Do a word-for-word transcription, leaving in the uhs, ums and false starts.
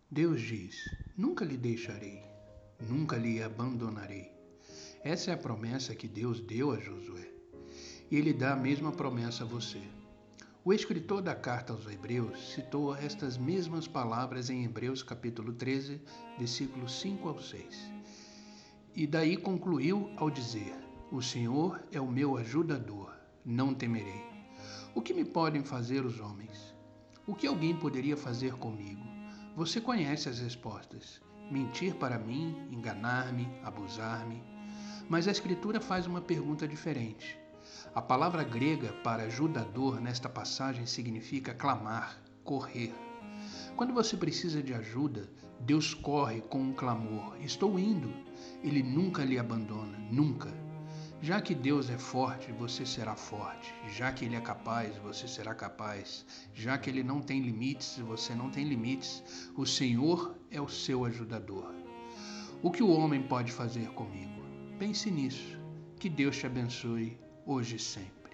Deus diz: nunca lhe deixarei, nunca lhe abandonarei. Essa é a promessa que Deus deu a Josué. E ele dá a mesma promessa a você. O escritor da carta aos Hebreus citou estas mesmas palavras em Hebreus capítulo treze, versículos cinco ao seis. E daí concluiu ao dizer: o Senhor é o meu ajudador, não temerei. O que me podem fazer os homens? O que alguém poderia fazer comigo? Você conhece as respostas. Mentir para mim, enganar-me, abusar-me. Mas a Escritura faz uma pergunta diferente. A palavra grega para ajudador nesta passagem significa clamar, correr. Quando você precisa de ajuda, Deus corre com um clamor: estou indo. Ele nunca lhe abandona, nunca. Já que Deus é forte, você será forte. Já que Ele é capaz, você será capaz. Já que Ele não tem limites, você não tem limites. O Senhor é o seu ajudador. O que o homem pode fazer comigo? Pense nisso. Que Deus te abençoe hoje e sempre.